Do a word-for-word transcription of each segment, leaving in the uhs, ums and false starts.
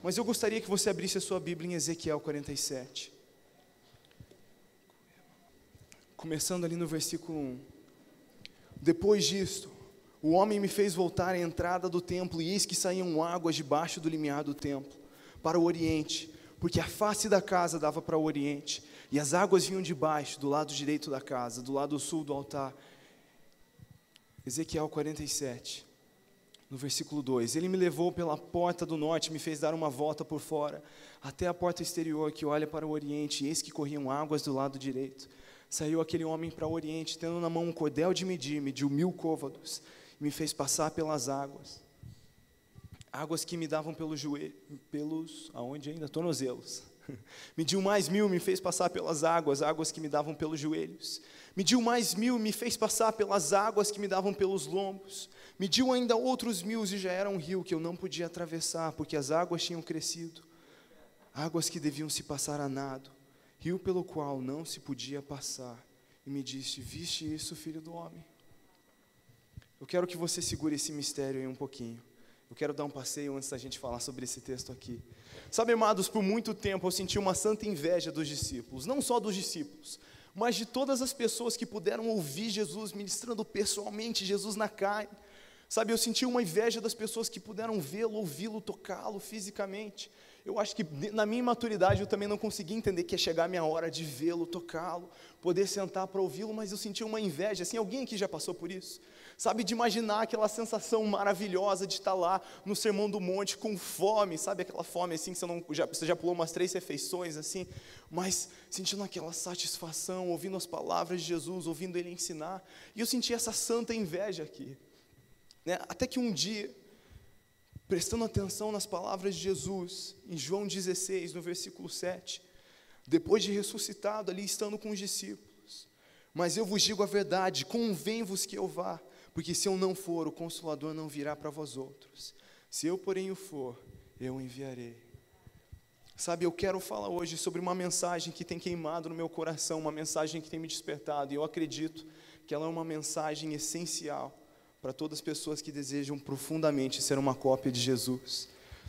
Mas eu gostaria que você abrisse a sua Bíblia em Ezequiel quarenta e sete. Começando ali no versículo um. Depois disto, o homem me fez voltar à entrada do templo, e eis que saíam águas debaixo do limiar do templo, para o oriente, porque a face da casa dava para o oriente, e as águas vinham de baixo, do lado direito da casa, do lado sul do altar. Ezequiel quarenta e sete, no versículo dois. Ele me levou pela porta do norte, me fez dar uma volta por fora, até a porta exterior que olha para o oriente, e eis que corriam águas do lado direito. Saiu aquele homem para o oriente, tendo na mão um cordel de medir, mediu mil côvados, e me fez passar pelas águas, águas que me davam pelos joelhos, pelos, aonde ainda? Tornozelos. Mediu mais mil, me fez passar pelas águas, águas que me davam pelos joelhos. Mediu mais mil, me fez passar pelas águas que me davam pelos lombos. Mediu ainda outros mil, e já era um rio que eu não podia atravessar, porque as águas tinham crescido, águas que deviam se passar a nado, rio pelo qual não se podia passar. E me disse: viste isso, filho do homem? Eu quero que você segure esse mistério aí um pouquinho. Eu quero dar um passeio antes da gente falar sobre esse texto aqui. Sabe, amados, por muito tempo eu senti uma santa inveja dos discípulos, não só dos discípulos, mas de todas as pessoas que puderam ouvir Jesus ministrando pessoalmente, Jesus na carne. Sabe, eu senti uma inveja das pessoas que puderam vê-lo, ouvi-lo, tocá-lo fisicamente. Eu acho que na minha imaturidade eu também não consegui entender que ia chegar a minha hora de vê-lo, tocá-lo, poder sentar para ouvi-lo, mas eu senti uma inveja, assim, alguém aqui já passou por isso? Sabe, de imaginar aquela sensação maravilhosa de estar lá no Sermão do Monte com fome, sabe, aquela fome assim que você, não, já, você já pulou umas três refeições assim, mas sentindo aquela satisfação, ouvindo as palavras de Jesus, ouvindo Ele ensinar, e eu senti essa santa inveja aqui, né? Até que um dia, prestando atenção nas palavras de Jesus, em João dezesseis, no versículo sete, depois de ressuscitado ali, estando com os discípulos, mas eu vos digo a verdade, convém-vos que eu vá, porque se eu não for, o Consolador não virá para vós outros. Se eu, porém, o for, eu o enviarei. Sabe, eu quero falar hoje sobre uma mensagem que tem queimado no meu coração, uma mensagem que tem me despertado, e eu acredito que ela é uma mensagem essencial para todas as pessoas que desejam profundamente ser uma cópia de Jesus.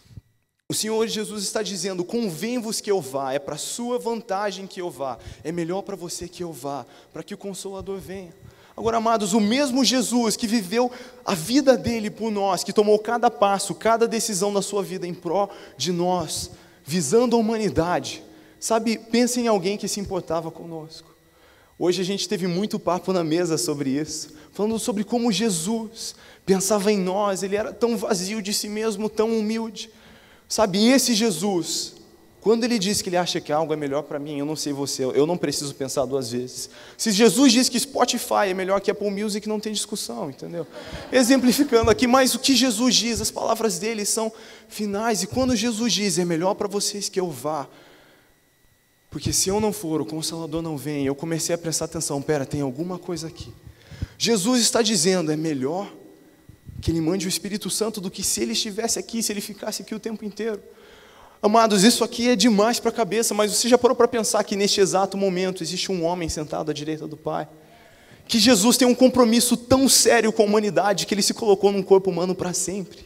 O Senhor Jesus está dizendo: convém-vos que eu vá, é para a sua vantagem que eu vá, é melhor para você que eu vá, para que o Consolador venha. Agora, amados, o mesmo Jesus que viveu a vida dele por nós, que tomou cada passo, cada decisão da sua vida em pró de nós, visando a humanidade, sabe, pensa em alguém que se importava conosco. Hoje a gente teve muito papo na mesa sobre isso, falando sobre como Jesus pensava em nós, ele era tão vazio de si mesmo, tão humilde. Sabe, e esse Jesus, quando ele diz que ele acha que algo é melhor para mim, eu não sei você, eu não preciso pensar duas vezes. Se Jesus diz que Spotify é melhor que Apple Music, não tem discussão, entendeu? Exemplificando aqui, mas o que Jesus diz, as palavras dele são finais, e quando Jesus diz: é melhor para vocês que eu vá, porque se eu não for, o Consolador não vem, eu comecei a prestar atenção, pera, tem alguma coisa aqui. Jesus está dizendo: é melhor que ele mande o Espírito Santo do que se ele estivesse aqui, se ele ficasse aqui o tempo inteiro. Amados, isso aqui é demais para a cabeça, mas você já parou para pensar que neste exato momento existe um homem sentado à direita do Pai? Que Jesus tem um compromisso tão sério com a humanidade que ele se colocou num corpo humano para sempre.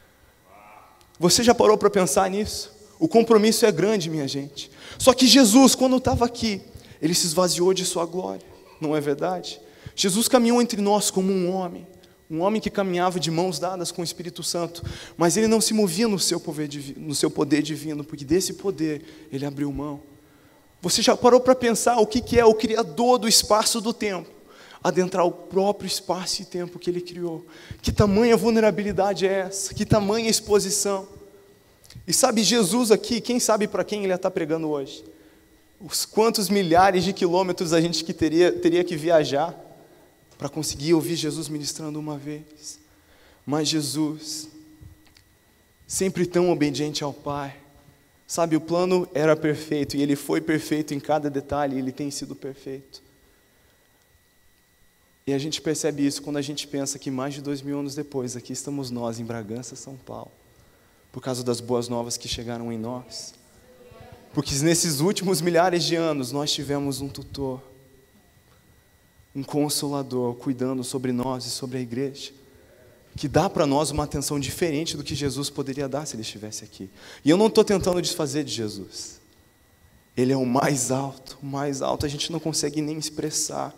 Você já parou para pensar nisso? O compromisso é grande, minha gente. Só que Jesus, quando estava aqui, ele se esvaziou de sua glória, não é verdade? Jesus caminhou entre nós como um homem, um homem que caminhava de mãos dadas com o Espírito Santo, mas ele não se movia no seu poder divino, no seu poder divino, porque desse poder ele abriu mão. Você já parou para pensar o que que é o Criador do espaço e do tempo adentrar o próprio espaço e tempo que ele criou? Que tamanha vulnerabilidade é essa? Que tamanha exposição? E sabe, Jesus aqui, quem sabe para quem ele está pregando hoje? Os quantos milhares de quilômetros a gente que teria, teria que viajar para conseguir ouvir Jesus ministrando uma vez. Mas Jesus, sempre tão obediente ao Pai, sabe, o plano era perfeito, e ele foi perfeito em cada detalhe, e ele tem sido perfeito. E a gente percebe isso quando a gente pensa que mais de dois mil anos depois, aqui estamos nós, em Bragança, São Paulo, por causa das boas novas que chegaram em nós. Porque nesses últimos milhares de anos, nós tivemos um tutor, um Consolador, cuidando sobre nós e sobre a igreja. que dá para nós uma atenção diferente do que Jesus poderia dar se Ele estivesse aqui. E eu não estou tentando desfazer de Jesus. Ele é o mais alto, o mais alto, a gente não consegue nem expressar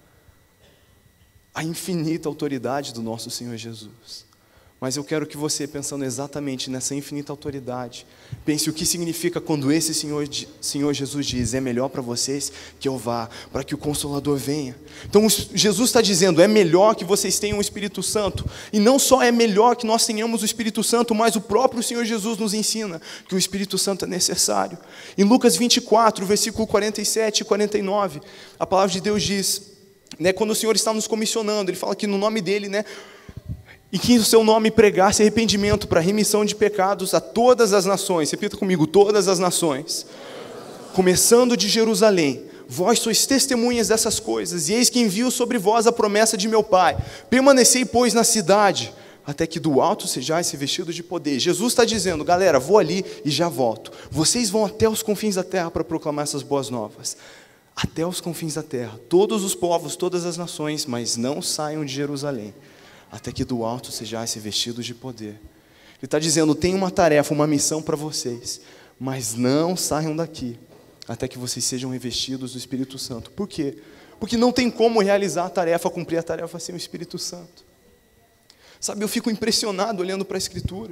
a infinita autoridade do nosso Senhor Jesus. Mas eu quero que você, pensando exatamente nessa infinita autoridade, pense o que significa quando esse Senhor, Senhor Jesus diz: é melhor para vocês que eu vá, para que o Consolador venha. Então Jesus está dizendo, é melhor que vocês tenham o Espírito Santo, e não só é melhor que nós tenhamos o Espírito Santo, mas o próprio Senhor Jesus nos ensina que o Espírito Santo é necessário. Em Lucas vinte e quatro, versículo quarenta e sete e quarenta e nove, a palavra de Deus diz, né, quando o Senhor está nos comissionando, Ele fala que no nome dEle, né, e que o seu nome pregasse arrependimento para remissão de pecados a todas as nações. Repita comigo, todas as nações. Começando de Jerusalém. Vós sois testemunhas dessas coisas, e eis que envio sobre vós a promessa de meu Pai. Permanecei, pois, na cidade, até que do alto sejais revestidos de poder. Jesus está dizendo, galera, vou ali e já volto. Vocês vão até os confins da terra para proclamar essas boas novas. Até os confins da terra. Todos os povos, todas as nações, mas não saiam de Jerusalém, até que do alto sejais revestidos de poder. Ele está dizendo, tem uma tarefa, uma missão para vocês, mas não saiam daqui, até que vocês sejam revestidos do Espírito Santo. Por quê? Porque não tem como realizar a tarefa, cumprir a tarefa sem o Espírito Santo. Sabe, eu fico impressionado olhando para a Escritura.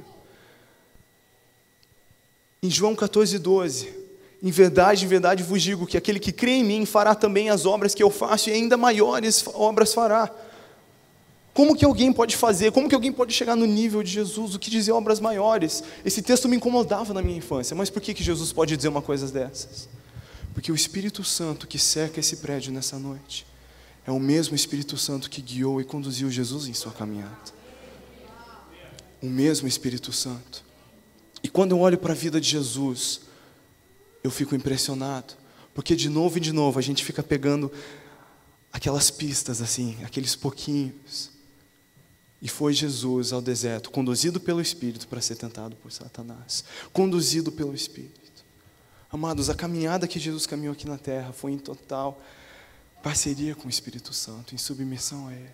Em João catorze, doze, em verdade, em verdade vos digo que aquele que crê em mim fará também as obras que eu faço, e ainda maiores obras fará. Como que alguém pode fazer, como que alguém pode chegar no nível de Jesus, o que dizer obras maiores? Esse texto me incomodava na minha infância, mas por que que Jesus pode dizer uma coisa dessas? Porque o Espírito Santo que cerca esse prédio nessa noite, é o mesmo Espírito Santo que guiou e conduziu Jesus em sua caminhada. O mesmo Espírito Santo. E quando eu olho para a vida de Jesus, eu fico impressionado, porque de novo e de novo a gente fica pegando aquelas pistas assim, aqueles pouquinhos. E foi Jesus ao deserto, conduzido pelo Espírito para ser tentado por Satanás. Conduzido pelo Espírito. Amados, a caminhada que Jesus caminhou aqui na terra foi em total parceria com o Espírito Santo, em submissão a Ele.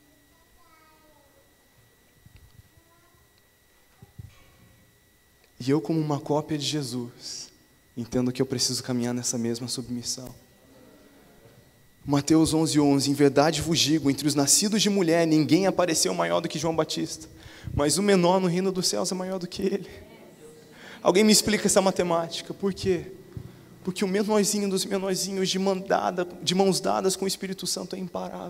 E eu, como uma cópia de Jesus, entendo que eu preciso caminhar nessa mesma submissão. Mateus onze, onze, em verdade vos digo, entre os nascidos de mulher, ninguém apareceu maior do que João Batista, mas o menor no reino dos céus é maior do que ele. Alguém me explica essa matemática, por quê? Porque o menorzinho dos menorzinhos, de, mandada, de mãos dadas com o Espírito Santo, é imparável.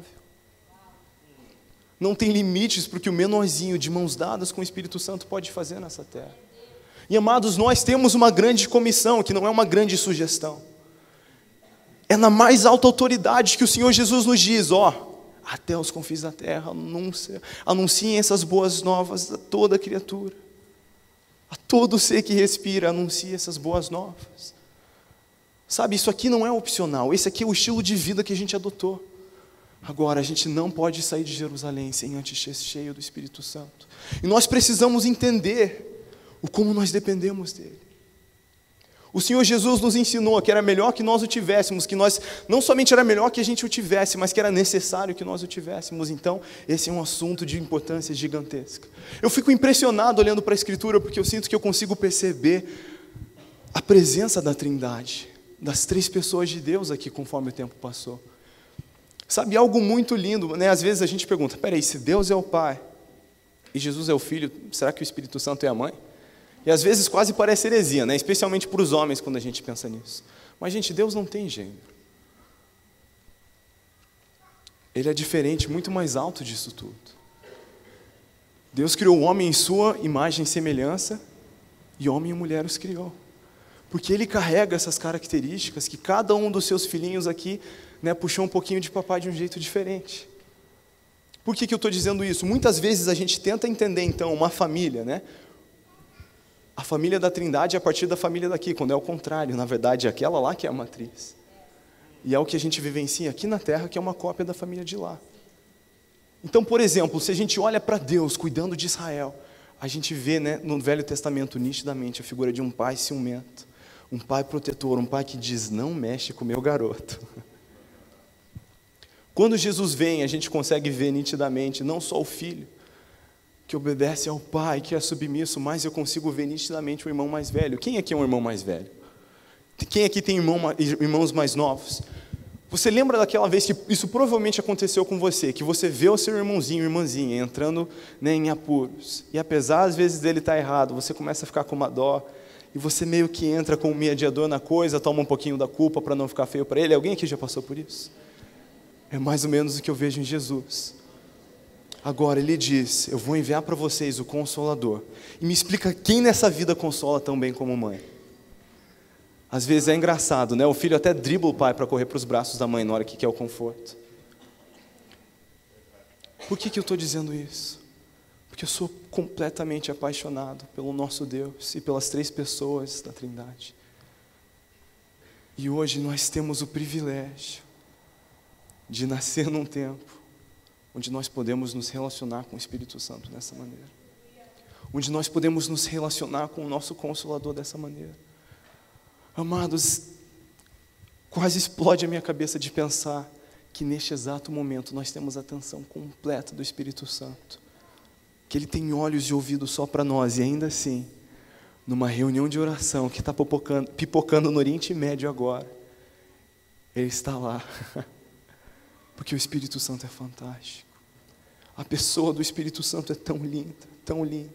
Não tem limites para o que o menorzinho, de mãos dadas com o Espírito Santo, pode fazer nessa terra. E amados, nós temos uma grande comissão, que não é uma grande sugestão. É na mais alta autoridade que o Senhor Jesus nos diz, ó, até os confins da terra, anuncia, anunciem essas boas novas a toda criatura. A todo ser que respira, anuncie essas boas novas. Sabe, isso aqui não é opcional, esse aqui é o estilo de vida que a gente adotou. Agora, a gente não pode sair de Jerusalém sem antes ser cheio do Espírito Santo. E nós precisamos entender o como nós dependemos dele. O Senhor Jesus nos ensinou que era melhor que nós o tivéssemos, que nós, não somente era melhor que a gente o tivesse, mas que era necessário que nós o tivéssemos. Então, esse é um assunto de importância gigantesca. Eu fico impressionado olhando para a Escritura, porque eu sinto que eu consigo perceber a presença da Trindade, das três pessoas de Deus aqui, conforme o tempo passou. Sabe, algo muito lindo, né? Às vezes a gente pergunta, peraí, se Deus é o Pai, e Jesus é o Filho, será que o Espírito Santo é a Mãe? E às vezes quase parece heresia, né? Especialmente para os homens, quando a gente pensa nisso. Mas, gente, Deus não tem gênero. Ele é diferente, muito mais alto disso tudo. Deus criou o homem em sua imagem e semelhança, e homem e mulher os criou. Porque Ele carrega essas características que cada um dos seus filhinhos aqui, né, puxou um pouquinho de papai de um jeito diferente. Por que que eu estou dizendo isso? Muitas vezes a gente tenta entender, então, uma família, né? A família da Trindade é a partir da família daqui, quando é o contrário, na verdade é aquela lá que é a matriz. E é o que a gente vivencia aqui na terra, que é uma cópia da família de lá. Então, por exemplo, se a gente olha para Deus cuidando de Israel, a gente vê, né, no Velho Testamento nitidamente a figura de um pai ciumento, um pai protetor, um pai que diz, não mexe com o meu garoto. Quando Jesus vem, a gente consegue ver nitidamente, não só o Filho, que obedece ao pai, que é submisso, mais eu consigo ver nitidamente o irmão mais velho. Quem aqui é um irmão mais velho? Quem aqui tem irmão, irmãos mais novos? Você lembra daquela vez que isso provavelmente aconteceu com você, que você vê o seu irmãozinho, irmãzinha, entrando, né, em apuros, e apesar às vezes dele estar errado, você começa a ficar com uma dó, e você meio que entra com um mediador na coisa, toma um pouquinho da culpa para não ficar feio para ele. Alguém aqui já passou por isso? É mais ou menos o que eu vejo em Jesus. Agora ele diz, eu vou enviar para vocês o Consolador, e me explica quem nessa vida consola tão bem como mãe. Às vezes é engraçado, né? O filho até dribla o pai para correr para os braços da mãe na hora que quer o conforto. Por que que eu estou dizendo isso? Porque eu sou completamente apaixonado pelo nosso Deus e pelas três pessoas da Trindade. E hoje nós temos o privilégio de nascer num tempo onde nós podemos nos relacionar com o Espírito Santo dessa maneira. Onde nós podemos nos relacionar com o nosso Consolador dessa maneira. Amados, quase explode a minha cabeça de pensar que neste exato momento nós temos a atenção completa do Espírito Santo, que Ele tem olhos e ouvidos só para nós, e ainda assim, numa reunião de oração que está pipocando, pipocando no Oriente Médio agora, Ele está lá, porque o Espírito Santo é fantástico, a pessoa do Espírito Santo é tão linda, tão linda,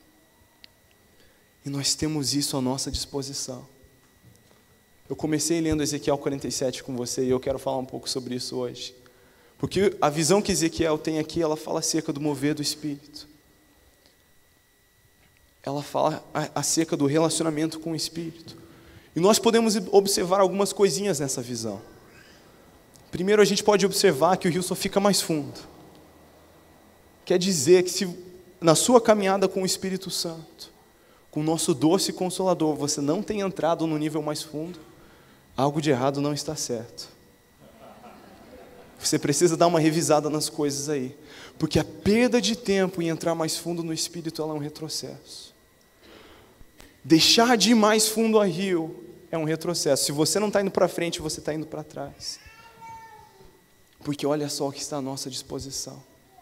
e nós temos isso à nossa disposição. Eu comecei lendo Ezequiel quarenta e sete com você e eu quero falar um pouco sobre isso hoje. Porque a visão que Ezequiel tem aqui, ela fala acerca do mover do Espírito. Ela fala acerca do relacionamento com o Espírito. E nós podemos observar algumas coisinhas nessa visão. Primeiro, a gente pode observar que o rio só fica mais fundo. Quer dizer que se na sua caminhada com o Espírito Santo, com o nosso doce Consolador, você não tem entrado no nível mais fundo, algo de errado não está certo. Você precisa dar uma revisada nas coisas aí, porque a perda de tempo em entrar mais fundo no Espírito, ela é um retrocesso. Deixar de ir mais fundo a rio é um retrocesso. Se você não está indo para frente, você está indo para trás. Porque olha só o que está à nossa disposição.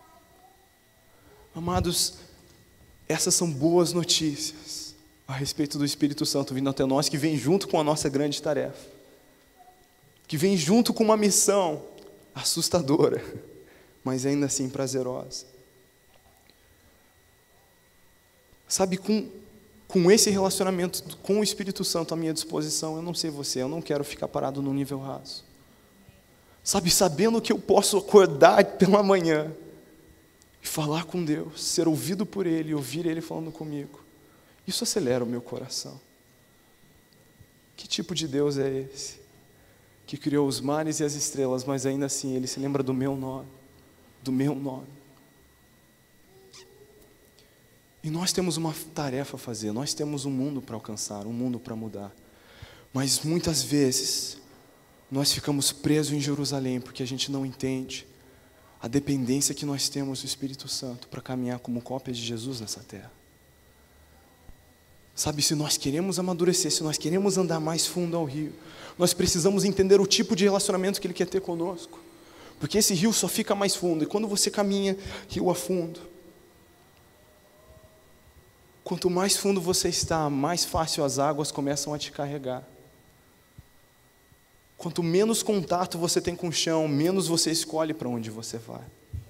Amados, essas são boas notícias a respeito do Espírito Santo vindo até nós, que vem junto com a nossa grande tarefa, que vem junto com uma missão assustadora, mas ainda assim prazerosa. Sabe, com, com esse relacionamento com o Espírito Santo à minha disposição, eu não sei você, eu não quero ficar parado num nível raso. Sabe, sabendo que eu posso acordar pela manhã e falar com Deus, ser ouvido por Ele, ouvir Ele falando comigo, isso acelera o meu coração. Que tipo de Deus é esse? Que criou os mares e as estrelas, mas ainda assim Ele se lembra do meu nome, do meu nome. E nós temos uma tarefa a fazer, nós temos um mundo para alcançar, um mundo para mudar. Mas muitas vezes, nós ficamos presos em Jerusalém, porque a gente não entende a dependência que nós temos do Espírito Santo para caminhar como cópias de Jesus nessa terra. Sabe, se nós queremos amadurecer, se nós queremos andar mais fundo ao rio, nós precisamos entender o tipo de relacionamento que Ele quer ter conosco. Porque esse rio só fica mais fundo, e quando você caminha rio a fundo, quanto mais fundo você está, mais fácil as águas começam a te carregar. Quanto menos contato você tem com o chão, menos você escolhe para onde você vai.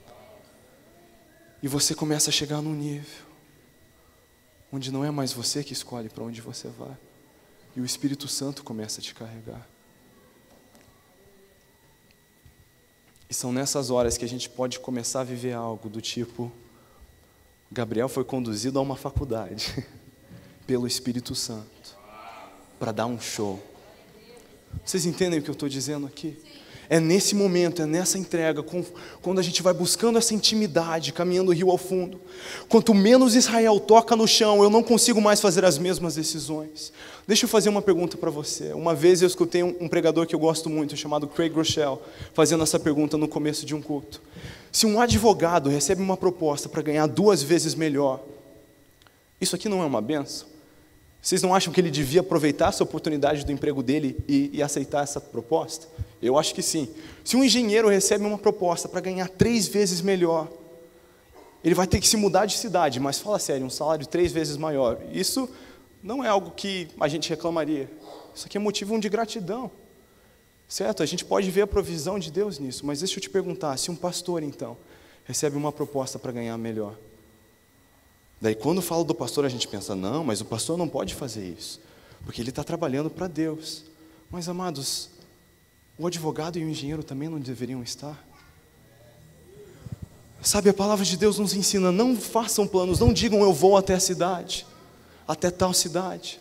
E você começa a chegar num nível onde não é mais você que escolhe para onde você vai, e o Espírito Santo começa a te carregar. E são nessas horas que a gente pode começar a viver algo do tipo: Gabriel foi conduzido a uma faculdade pelo Espírito Santo para dar um show. Vocês entendem o que eu estou dizendo aqui? É nesse momento, é nessa entrega, com, quando a gente vai buscando essa intimidade, caminhando o rio ao fundo. Quanto menos Israel toca no chão, eu não consigo mais fazer as mesmas decisões. Deixa eu fazer uma pergunta para você. Uma vez eu escutei um, um pregador que eu gosto muito, chamado Craig Groeschel, fazendo essa pergunta no começo de um culto. Se um advogado recebe uma proposta para ganhar duas vezes melhor, isso aqui não é uma benção? Vocês não acham que ele devia aproveitar essa oportunidade do emprego dele e, e aceitar essa proposta? Eu acho que sim. Se um engenheiro recebe uma proposta para ganhar três vezes melhor, Ele vai ter que se mudar de cidade, mas fala sério, um salário três vezes maior. Isso não é algo que a gente reclamaria. Isso aqui é motivo de gratidão. Certo? A gente pode ver a provisão de Deus nisso, mas deixa eu te perguntar, se um pastor, então, recebe uma proposta para ganhar melhor, daí quando fala do pastor a gente pensa, não, mas o pastor não pode fazer isso, porque ele está trabalhando para Deus. Mas amados, o advogado e o engenheiro também não deveriam estar? Sabe, a palavra de Deus nos ensina, não façam planos, não digam eu vou até a cidade, até tal cidade.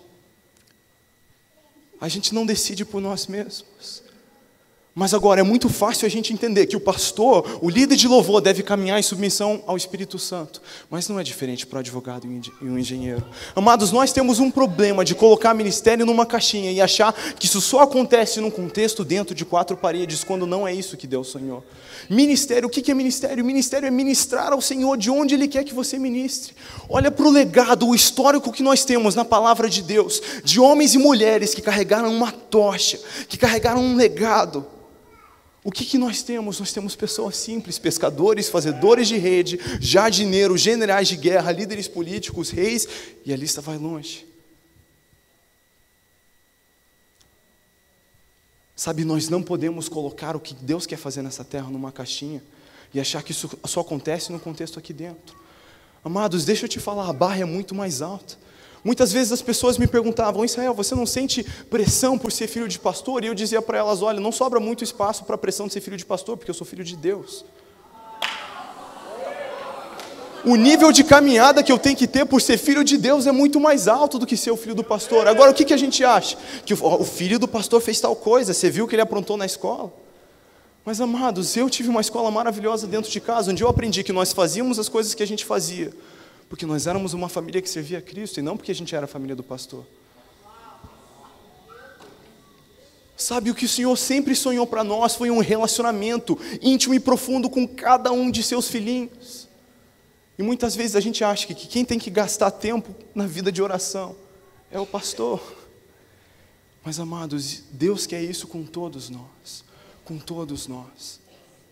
A gente não decide por nós mesmos. Mas agora, é muito fácil a gente entender que o pastor, o líder de louvor, deve caminhar em submissão ao Espírito Santo. Mas não é diferente para o advogado e o engenheiro. Amados, nós temos um problema de colocar ministério numa caixinha e achar que isso só acontece num contexto dentro de quatro paredes, quando não é isso que Deus sonhou. Ministério, o que é ministério? Ministério é ministrar ao Senhor de onde Ele quer que você ministre. Olha para o legado, o histórico que nós temos na palavra de Deus, de homens e mulheres que carregaram uma tocha, que carregaram um legado. O que, que nós temos? Nós temos pessoas simples, pescadores, fazedores de rede, jardineiros, generais de guerra, líderes políticos, reis, e a lista vai longe. Sabe, nós não podemos colocar o que Deus quer fazer nessa terra numa caixinha e achar que isso só acontece no contexto aqui dentro. Amados, deixa eu te falar, a barra é muito mais alta. Muitas vezes as pessoas me perguntavam, Israel, você não sente pressão por ser filho de pastor? E eu dizia para elas, olha, não sobra muito espaço para a pressão de ser filho de pastor, porque eu sou filho de Deus. O nível de caminhada que eu tenho que ter por ser filho de Deus é muito mais alto do que ser o filho do pastor. Agora, o que, que a gente acha? Que o filho do pastor fez tal coisa, você viu que ele aprontou na escola? Mas, amados, eu tive uma escola maravilhosa dentro de casa, onde eu aprendi que nós fazíamos as coisas que a gente fazia, porque nós éramos uma família que servia a Cristo, e não porque a gente era a família do pastor. Sabe, o que o Senhor sempre sonhou para nós foi um relacionamento íntimo e profundo com cada um de seus filhinhos. E muitas vezes a gente acha que quem tem que gastar tempo na vida de oração é o pastor. Mas, amados, Deus quer isso com todos nós, com todos nós.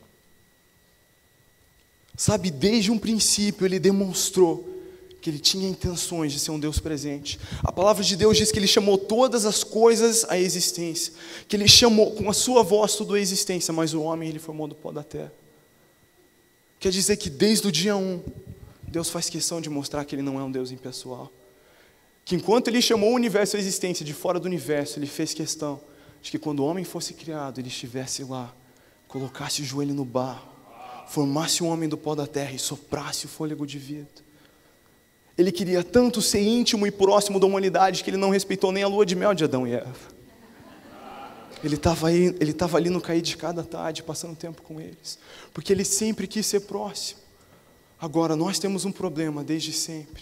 Sabe, desde um princípio Ele demonstrou que Ele tinha intenções de ser um Deus presente. A palavra de Deus diz que Ele chamou todas as coisas à existência, que Ele chamou com a sua voz tudo à existência, mas o homem Ele formou do pó da terra. Quer dizer que desde o dia um, Deus faz questão de mostrar que Ele não é um Deus impessoal. Que enquanto Ele chamou o universo à existência de fora do universo, Ele fez questão de que quando o homem fosse criado, Ele estivesse lá, colocasse o joelho no barro, formasse o homem do pó da terra e soprasse o fôlego de vida. Ele queria tanto ser íntimo e próximo da humanidade que Ele não respeitou nem a lua de mel de Adão e Eva. Ele estava aí, ele estava ali no cair de cada tarde, passando tempo com eles, porque Ele sempre quis ser próximo. Agora, nós temos um problema desde sempre.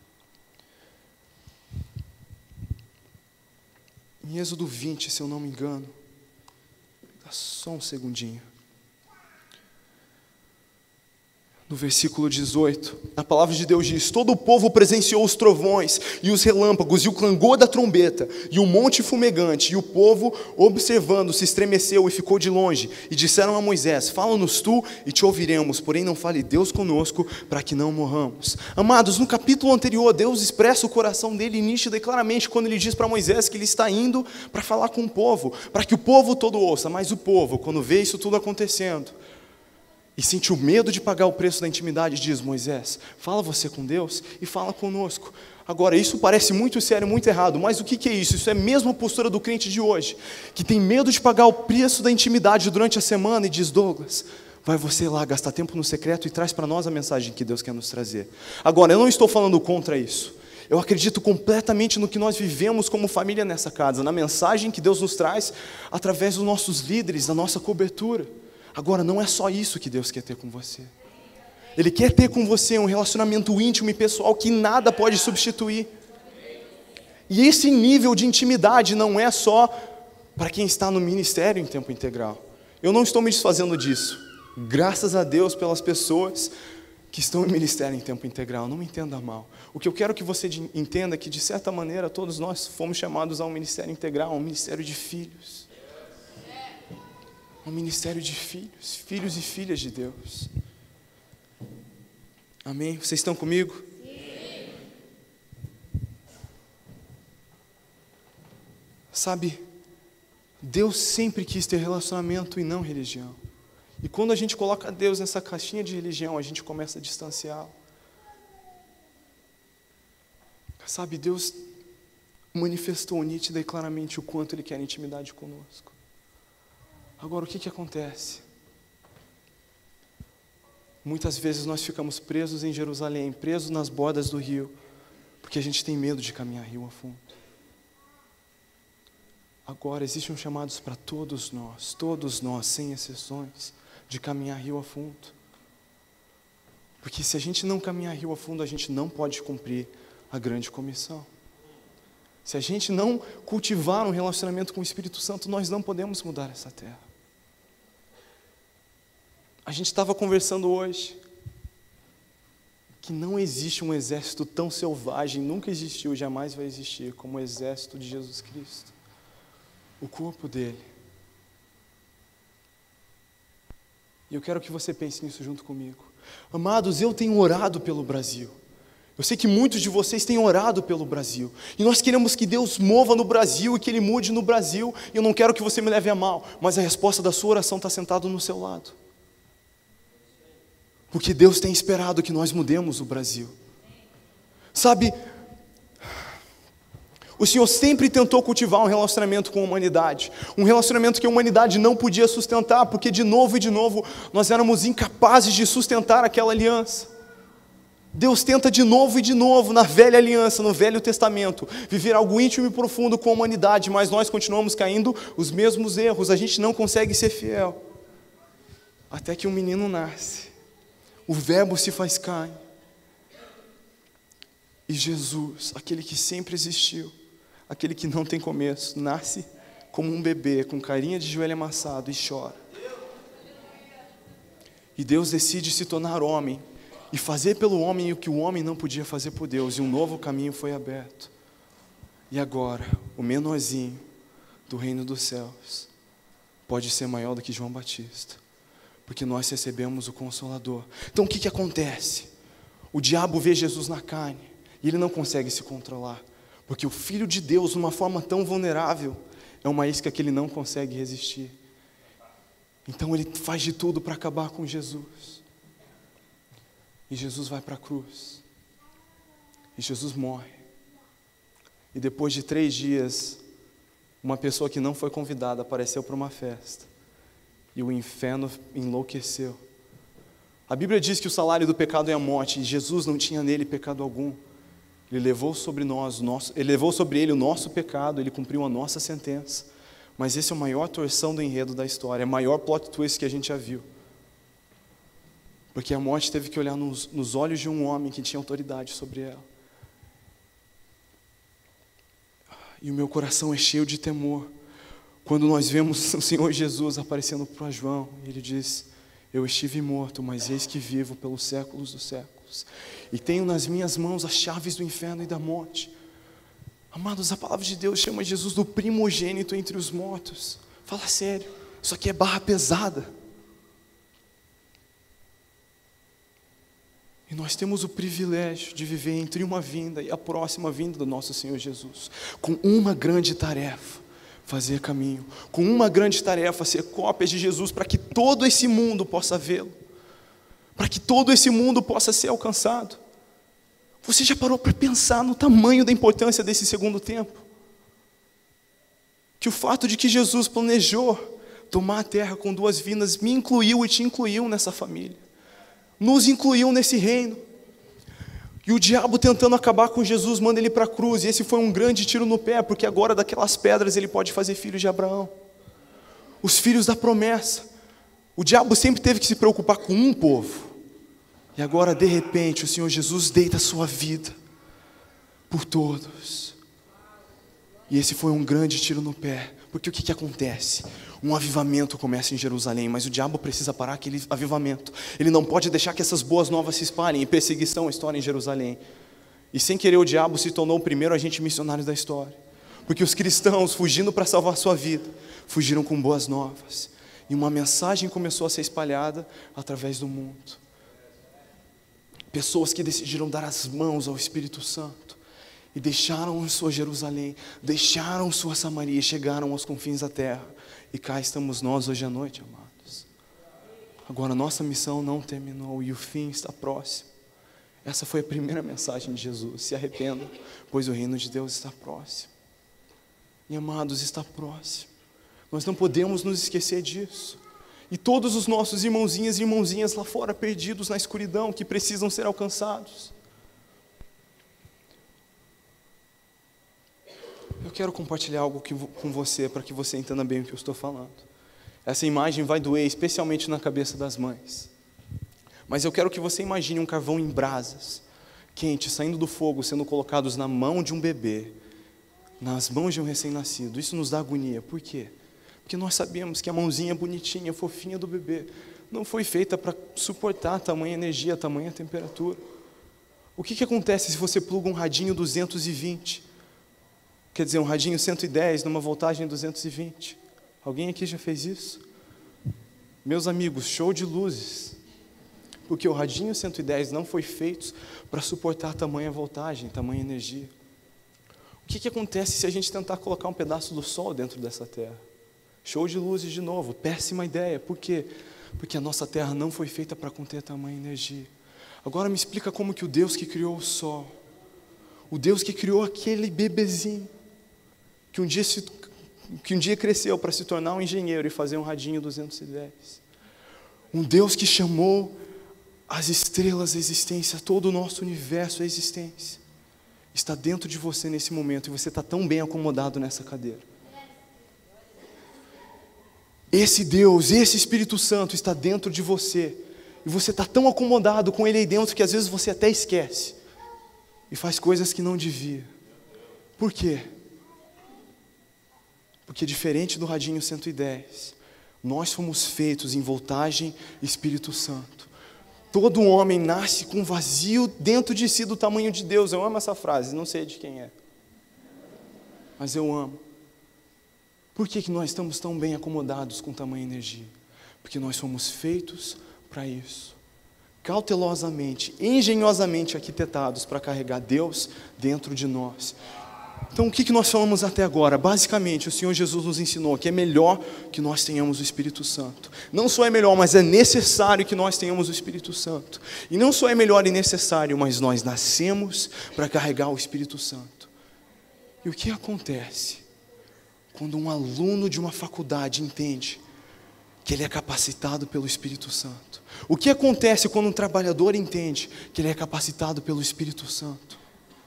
Em Êxodo vinte, se eu não me engano, dá só um segundinho. No versículo dezoito, a palavra de Deus diz: todo o povo presenciou os trovões e os relâmpagos e o clangor da trombeta e o monte fumegante, e o povo, observando, se estremeceu e ficou de longe, e disseram a Moisés: fala-nos tu e te ouviremos, porém não fale Deus conosco, para que não morramos. Amados, no capítulo anterior, Deus expressa o coração dele nítido e claramente, quando ele diz para Moisés que ele está indo para falar com o povo, para que o povo todo ouça. Mas o povo, quando vê isso tudo acontecendo, e sentiu medo de pagar o preço da intimidade, diz: Moisés, fala você com Deus e fala conosco. Agora, isso parece muito sério, muito errado, mas o que é isso? Isso é a mesma postura do crente de hoje, que tem medo de pagar o preço da intimidade durante a semana e diz: Douglas, vai você lá gastar tempo no secreto e traz para nós a mensagem que Deus quer nos trazer. Agora, eu não estou falando contra isso. Eu acredito completamente no que nós vivemos como família nessa casa, na mensagem que Deus nos traz através dos nossos líderes, da nossa cobertura. Agora, não é só isso que Deus quer ter com você. Ele quer ter com você um relacionamento íntimo e pessoal que nada pode substituir. E esse nível de intimidade não é só para quem está no ministério em tempo integral. Eu não estou me desfazendo disso. Graças a Deus pelas pessoas que estão em ministério em tempo integral. Não me entenda mal. O que eu quero que você entenda é que, de certa maneira, todos nós fomos chamados a um ministério integral, a um ministério de filhos. Um ministério de filhos, filhos e filhas de Deus. Amém? Vocês estão comigo? Sim. Sabe, Deus sempre quis ter relacionamento e não religião. E quando a gente coloca Deus nessa caixinha de religião, a gente começa a distanciá-lo. Sabe, Deus manifestou nítida e claramente o quanto Ele quer intimidade conosco. Agora, o que que acontece? Muitas vezes nós ficamos presos em Jerusalém, presos nas bordas do rio, porque a gente tem medo de caminhar rio a fundo. Agora, existem chamados para todos nós, todos nós, sem exceções, de caminhar rio a fundo. Porque se a gente não caminhar rio a fundo, a gente não pode cumprir a grande comissão. Se a gente não cultivar um relacionamento com o Espírito Santo, nós não podemos mudar essa terra. A gente estava conversando hoje que não existe um exército tão selvagem, nunca existiu e jamais vai existir, como o exército de Jesus Cristo. O corpo dele. E eu quero que você pense nisso junto comigo. Amados, eu tenho orado pelo Brasil. Eu sei que muitos de vocês têm orado pelo Brasil. E nós queremos que Deus mova no Brasil e que Ele mude no Brasil. E eu não quero que você me leve a mal, mas a resposta da sua oração está sentada no seu lado. Porque Deus tem esperado que nós mudemos o Brasil. Sabe, o Senhor sempre tentou cultivar um relacionamento com a humanidade, um relacionamento que a humanidade não podia sustentar, porque de novo e de novo nós éramos incapazes de sustentar aquela aliança. Deus tenta de novo e de novo, na velha aliança, no Velho Testamento, viver algo íntimo e profundo com a humanidade, mas nós continuamos caindo os mesmos erros, a gente não consegue ser fiel. Até que um menino nasce, o Verbo se faz carne, e Jesus, aquele que sempre existiu, aquele que não tem começo, nasce como um bebê, com carinha de joelho amassado e chora. E Deus decide se tornar homem, e fazer pelo homem o que o homem não podia fazer por Deus, e um novo caminho foi aberto. E agora, o menorzinho do reino dos céus pode ser maior do que João Batista, porque nós recebemos o Consolador. Então o que que acontece? O diabo vê Jesus na carne, e ele não consegue se controlar, porque o Filho de Deus, numa forma tão vulnerável, é uma isca que ele não consegue resistir. Então ele faz de tudo para acabar com Jesus. E Jesus vai para a cruz. E Jesus morre. E depois de três dias, uma pessoa que não foi convidada apareceu para uma festa. E o inferno enlouqueceu. A Bíblia diz que o salário do pecado é a morte. E Jesus não tinha nele pecado algum. Ele levou sobre nós, nosso, ele levou sobre ele o nosso pecado. Ele cumpriu a nossa sentença. Mas esse é a maior torção do enredo da história. É o maior plot twist que a gente já viu. Porque a morte teve que olhar nos, nos olhos de um homem que tinha autoridade sobre ela. E o meu coração é cheio de temor quando nós vemos o Senhor Jesus aparecendo para João. E ele diz: eu estive morto, mas eis que vivo pelos séculos dos séculos. E tenho nas minhas mãos as chaves do inferno e da morte. Amados, a palavra de Deus chama Jesus do primogênito entre os mortos. Fala sério, isso aqui é barra pesada. E nós temos o privilégio de viver entre uma vinda e a próxima vinda do nosso Senhor Jesus, com uma grande tarefa: fazer caminho, com uma grande tarefa: ser cópias de Jesus, para que todo esse mundo possa vê-lo, para que todo esse mundo possa ser alcançado. Você já parou para pensar no tamanho da importância desse segundo tempo? Que o fato de que Jesus planejou tomar a terra com duas vindas me incluiu e te incluiu nessa família, nos incluiu nesse reino. E o diabo, tentando acabar com Jesus, manda ele para a cruz. E esse foi um grande tiro no pé, porque agora daquelas pedras ele pode fazer filhos de Abraão, os filhos da promessa. O diabo sempre teve que se preocupar com um povo, e agora de repente o Senhor Jesus deita a sua vida por todos. E esse foi um grande tiro no pé, porque o que que acontece? Um avivamento começa em Jerusalém, mas o diabo precisa parar aquele avivamento. Ele não pode deixar que essas boas novas se espalhem, e perseguição estoura em Jerusalém. E sem querer o diabo se tornou o primeiro agente missionário da história, porque os cristãos, fugindo para salvar sua vida, fugiram com boas novas, e uma mensagem começou a ser espalhada através do mundo. Pessoas que decidiram dar as mãos ao Espírito Santo e deixaram sua Jerusalém, deixaram sua Samaria e chegaram aos confins da terra. E cá estamos nós hoje à noite, amados. Agora, nossa missão não terminou e o fim está próximo. Essa foi a primeira mensagem de Jesus: se arrependam, pois o reino de Deus está próximo. E amados, está próximo. Nós não podemos nos esquecer disso. E todos os nossos irmãozinhos e irmãozinhas lá fora, perdidos na escuridão, que precisam ser alcançados. Eu quero compartilhar algo que, com você, para que você entenda bem o que eu estou falando. Essa imagem vai doer, especialmente na cabeça das mães. Mas eu quero que você imagine um carvão em brasas, quente, saindo do fogo, sendo colocados na mão de um bebê, nas mãos de um recém-nascido. Isso nos dá agonia. Por quê? Porque nós sabemos que a mãozinha bonitinha, fofinha do bebê, não foi feita para suportar tamanha energia, tamanha temperatura. O que, que acontece se você pluga um radinho duzentos e vinte? Quer dizer, um radinho cento e dez numa voltagem duzentos e vinte. Alguém aqui já fez isso? Meus amigos, show de luzes. Porque o radinho cento e dez não foi feito para suportar tamanha voltagem, tamanha energia. O que, que acontece se a gente tentar colocar um pedaço do sol dentro dessa terra? Show de luzes de novo, péssima ideia. Por quê? Porque a nossa terra não foi feita para conter tamanha energia. Agora me explica como que o Deus que criou o sol, o Deus que criou aquele bebezinho, que um dia, se, que um dia cresceu para se tornar um engenheiro e fazer um radinho duzentos e dez. Um Deus que chamou as estrelas à existência, todo o nosso universo à existência, está dentro de você nesse momento, e você está tão bem acomodado nessa cadeira. Esse Deus, esse Espírito Santo está dentro de você, e você está tão acomodado com Ele aí dentro, que às vezes você até esquece, e faz coisas que não devia. Por quê? Porque diferente do radinho cento e dez, nós fomos feitos em voltagem Espírito Santo. Todo homem nasce com vazio dentro de si do tamanho de Deus. Eu amo essa frase, não sei de quem é, mas eu amo. Por que que nós estamos tão bem acomodados com tamanha energia? Porque nós fomos feitos para isso. Cautelosamente, engenhosamente arquitetados para carregar Deus dentro de nós. Então o que que nós falamos até agora? Basicamente, o Senhor Jesus nos ensinou que é melhor que nós tenhamos o Espírito Santo. Não só é melhor, mas é necessário que nós tenhamos o Espírito Santo. E não só é melhor e necessário, mas nós nascemos para carregar o Espírito Santo. E o que acontece quando um aluno de uma faculdade entende que ele é capacitado pelo Espírito Santo? O que acontece quando um trabalhador entende que ele é capacitado pelo Espírito Santo?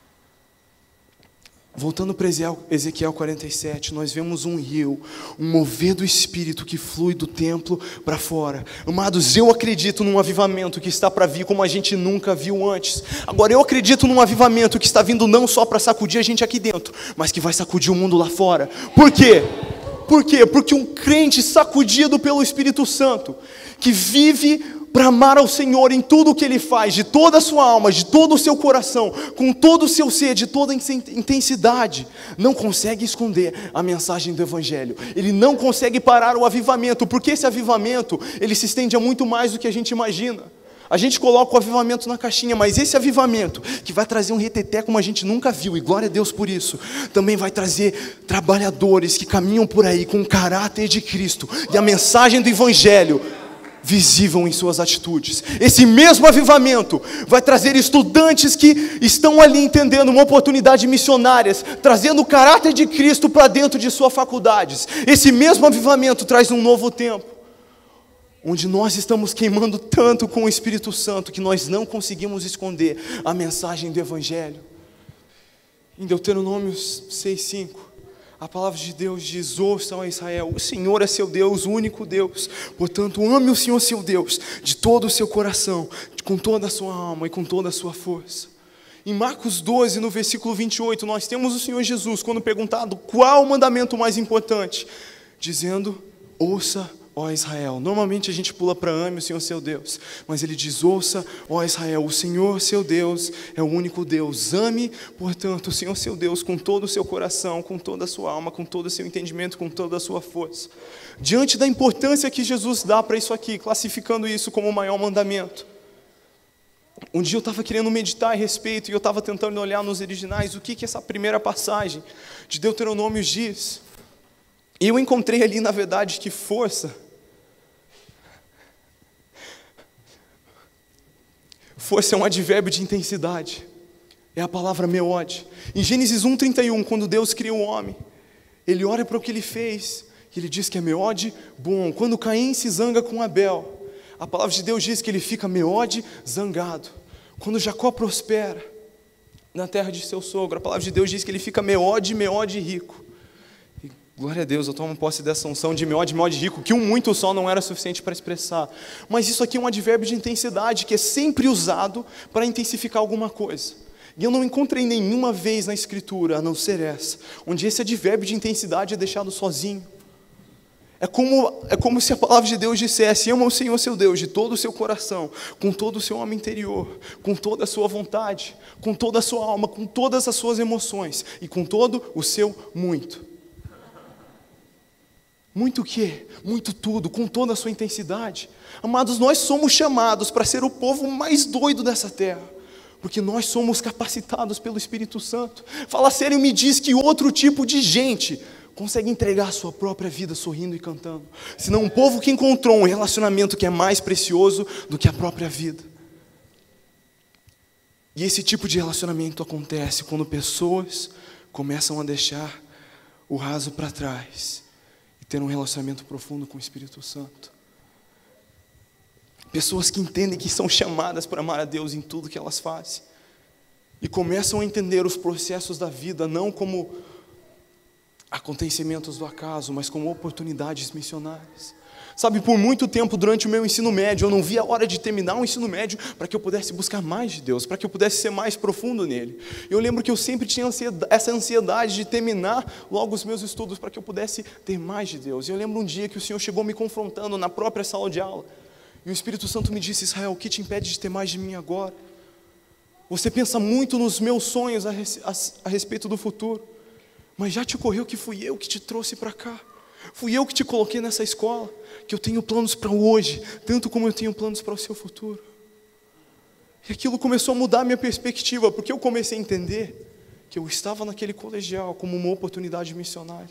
Voltando para Ezequiel quarenta e sete, nós vemos um rio, um mover do Espírito que flui do templo para fora. Amados, eu acredito num avivamento que está para vir como a gente nunca viu antes. Agora, eu acredito num avivamento que está vindo não só para sacudir a gente aqui dentro, mas que vai sacudir o mundo lá fora. Por quê? Por quê? Porque um crente sacudido pelo Espírito Santo, que vive para amar ao Senhor em tudo o que Ele faz, de toda a sua alma, de todo o seu coração, com todo o seu ser, de toda a intensidade, não consegue esconder a mensagem do Evangelho. Ele não consegue parar o avivamento, porque esse avivamento, ele se estende a muito mais do que a gente imagina. A gente coloca o avivamento na caixinha, mas esse avivamento, que vai trazer um reteté como a gente nunca viu, e glória a Deus por isso, também vai trazer trabalhadores que caminham por aí com o caráter de Cristo, e a mensagem do Evangelho visível em suas atitudes. Esse mesmo avivamento vai trazer estudantes que estão ali entendendo uma oportunidade missionária, trazendo o caráter de Cristo para dentro de suas faculdades. Esse mesmo avivamento traz um novo tempo, onde nós estamos queimando tanto com o Espírito Santo que nós não conseguimos esconder a mensagem do Evangelho. Em Deuteronômio seis, cinco, a palavra de Deus diz: ouça, ó Israel, o Senhor é seu Deus, o único Deus. Portanto, ame o Senhor seu Deus de todo o seu coração, com toda a sua alma e com toda a sua força. Em Marcos doze, no versículo vinte e oito, nós temos o Senhor Jesus, quando perguntado qual o mandamento mais importante, dizendo: ouça, ó Israel. Normalmente a gente pula para ame o Senhor seu Deus, mas ele diz: ouça, ó Israel, o Senhor seu Deus é o único Deus. Ame, portanto, o Senhor seu Deus com todo o seu coração, com toda a sua alma, com todo o seu entendimento, com toda a sua força. Diante da importância que Jesus dá para isso aqui, classificando isso como o maior mandamento, Um dia eu estava querendo meditar a respeito, e eu estava tentando olhar nos originais, o que que essa primeira passagem de Deuteronômio diz. E eu encontrei ali, na verdade, que força, força é um advérbio de intensidade, é a palavra meode. Em Gênesis um, trinta e um, quando Deus cria o homem, Ele olha para o que Ele fez, e Ele diz que é meode bom. Quando Caim se zanga com Abel, a palavra de Deus diz que ele fica meode zangado. Quando Jacó prospera na terra de seu sogro, a palavra de Deus diz que ele fica meode, meode rico. E, glória a Deus, eu tomo posse dessa unção de meode, meode rico, que um muito só não era suficiente para expressar. Mas isso aqui é um advérbio de intensidade, que é sempre usado para intensificar alguma coisa. E eu não encontrei nenhuma vez na Escritura, a não ser essa, onde esse advérbio de intensidade é deixado sozinho. É como, é como se a palavra de Deus dissesse: ama o Senhor seu Deus de todo o seu coração, com todo o seu homem interior, com toda a sua vontade, com toda a sua alma, com todas as suas emoções e com todo o seu muito. Muito o quê? Muito tudo, com toda a sua intensidade. Amados, nós somos chamados para ser o povo mais doido dessa terra, porque nós somos capacitados pelo Espírito Santo. Fala sério, me diz que outro tipo de gente consegue entregar a sua própria vida sorrindo e cantando, senão um povo que encontrou um relacionamento que é mais precioso do que a própria vida. E esse tipo de relacionamento acontece quando pessoas começam a deixar o raso para trás e ter um relacionamento profundo com o Espírito Santo. Pessoas que entendem que são chamadas para amar a Deus em tudo que elas fazem e começam a entender os processos da vida não como acontecimentos do acaso, mas como oportunidades missionárias. Sabe, por muito tempo durante o meu ensino médio, eu não via a hora de terminar o ensino médio para que eu pudesse buscar mais de Deus, para que eu pudesse ser mais profundo nele. Eu lembro que eu sempre tinha ansiedade, essa ansiedade de terminar logo os meus estudos para que eu pudesse ter mais de Deus. E eu lembro um dia que o Senhor chegou me confrontando na própria sala de aula, e o Espírito Santo me disse: Israel, o que te impede de ter mais de mim agora? Você pensa muito nos meus sonhos a, a, a respeito do futuro, mas já te ocorreu que fui eu que te trouxe para cá? Fui eu que te coloquei nessa escola, que eu tenho planos para hoje, tanto como eu tenho planos para o seu futuro. E aquilo começou a mudar a minha perspectiva, porque eu comecei a entender que eu estava naquele colegial como uma oportunidade missionária.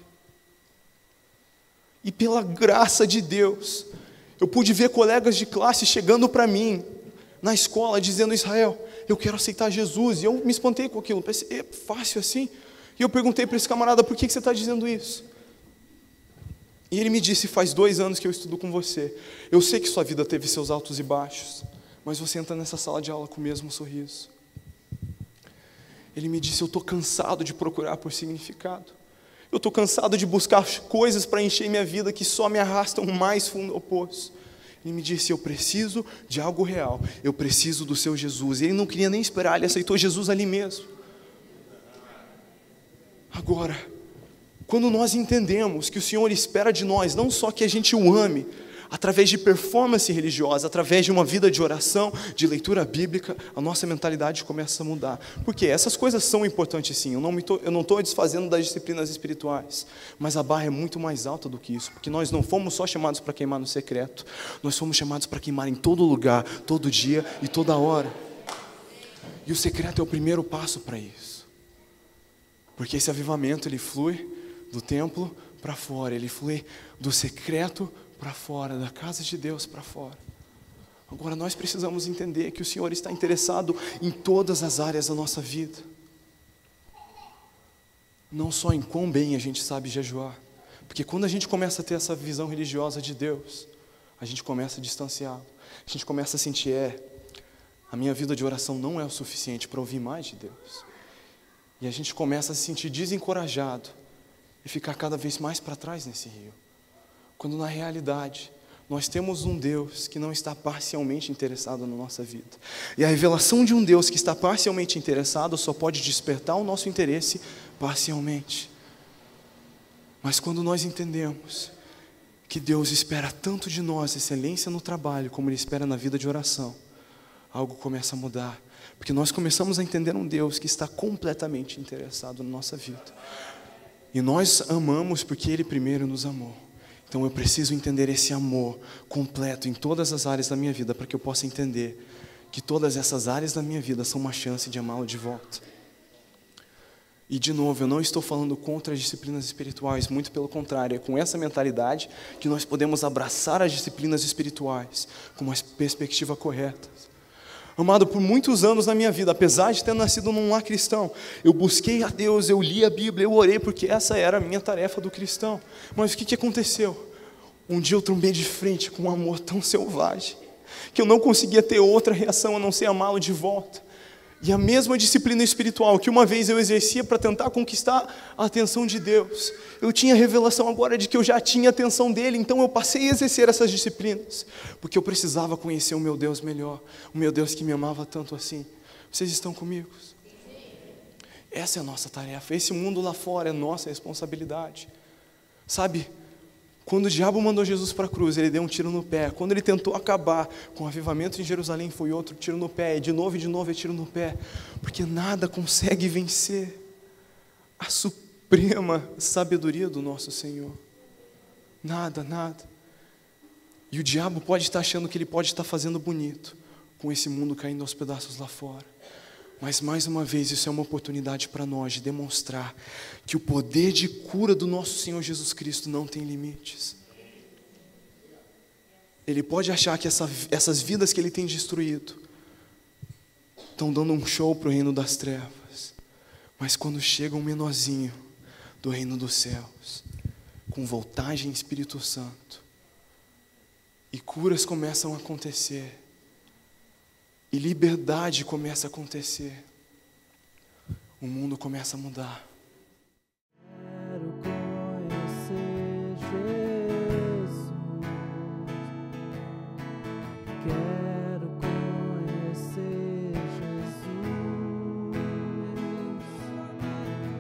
E pela graça de Deus, eu pude ver colegas de classe chegando para mim, na escola, dizendo: Israel, eu quero aceitar Jesus. E eu me espantei com aquilo, pensei: é fácil assim? E eu perguntei para esse camarada: por que você está dizendo isso? E ele me disse: faz dois anos que eu estudo com você, eu sei que sua vida teve seus altos e baixos, mas você entra nessa sala de aula com o mesmo sorriso. Ele me disse: eu estou cansado de procurar por significado, eu estou cansado de buscar coisas para encher minha vida que só me arrastam mais fundo ao poço. Ele me disse: eu preciso de algo real, eu preciso do seu Jesus. E ele não queria nem esperar, ele aceitou Jesus ali mesmo. Agora, quando nós entendemos que o Senhor espera de nós, não só que a gente o ame, através de performance religiosa, através de uma vida de oração, de leitura bíblica, a nossa mentalidade começa a mudar. Porque essas coisas são importantes sim, eu não estou eu não estou desfazendo das disciplinas espirituais, mas a barra é muito mais alta do que isso, porque nós não fomos só chamados para queimar no secreto, nós fomos chamados para queimar em todo lugar, todo dia e toda hora. E o secreto é o primeiro passo para isso. Porque esse avivamento, ele flui do templo para fora, ele flui do secreto para fora, da casa de Deus para fora. Agora nós precisamos entender que o Senhor está interessado em todas as áreas da nossa vida. Não só em quão bem a gente sabe jejuar. Porque quando a gente começa a ter essa visão religiosa de Deus, a gente começa a distanciá-lo. A gente começa a sentir: é, a minha vida de oração não é o suficiente para ouvir mais de Deus. E a gente começa a se sentir desencorajado e ficar cada vez mais para trás nesse rio. Quando na realidade, nós temos um Deus que não está parcialmente interessado na nossa vida. E a revelação de um Deus que está parcialmente interessado só pode despertar o nosso interesse parcialmente. Mas quando nós entendemos que Deus espera tanto de nós excelência no trabalho, como Ele espera na vida de oração, algo começa a mudar. Porque nós começamos a entender um Deus que está completamente interessado na nossa vida. E nós amamos porque Ele primeiro nos amou. Então eu preciso entender esse amor completo em todas as áreas da minha vida, para que eu possa entender que todas essas áreas da minha vida são uma chance de amá-lo de volta. E de novo, eu não estou falando contra as disciplinas espirituais, muito pelo contrário, é com essa mentalidade que nós podemos abraçar as disciplinas espirituais com uma perspectiva correta. Amado, por muitos anos na minha vida, apesar de ter nascido num lar cristão, eu busquei a Deus, eu li a Bíblia, eu orei, porque essa era a minha tarefa do cristão. Mas o que, que aconteceu? Um dia eu trombei de frente com um amor tão selvagem, que eu não conseguia ter outra reação a não ser amá-lo de volta. E a mesma disciplina espiritual que uma vez eu exercia para tentar conquistar a atenção de Deus, eu tinha revelação agora de que eu já tinha a atenção dele, então eu passei a exercer essas disciplinas, porque eu precisava conhecer o meu Deus melhor, o meu Deus que me amava tanto assim. Vocês estão comigo? Essa é a nossa tarefa, esse mundo lá fora é nossa responsabilidade. Sabe, quando o diabo mandou Jesus para a cruz, ele deu um tiro no pé. Quando ele tentou acabar com o avivamento em Jerusalém, foi outro tiro no pé. E de novo e de novo é tiro no pé. Porque nada consegue vencer a suprema sabedoria do nosso Senhor. Nada, nada. E o diabo pode estar achando que ele pode estar fazendo bonito com esse mundo caindo aos pedaços lá fora. Mas mais uma vez isso é uma oportunidade para nós de demonstrar que o poder de cura do nosso Senhor Jesus Cristo não tem limites. Ele pode achar que essa, essas vidas que ele tem destruído estão dando um show para o reino das trevas, mas quando chega um menorzinho do reino dos céus, com voltagem Espírito Santo, e curas começam a acontecer, e liberdade começa a acontecer, o mundo começa a mudar.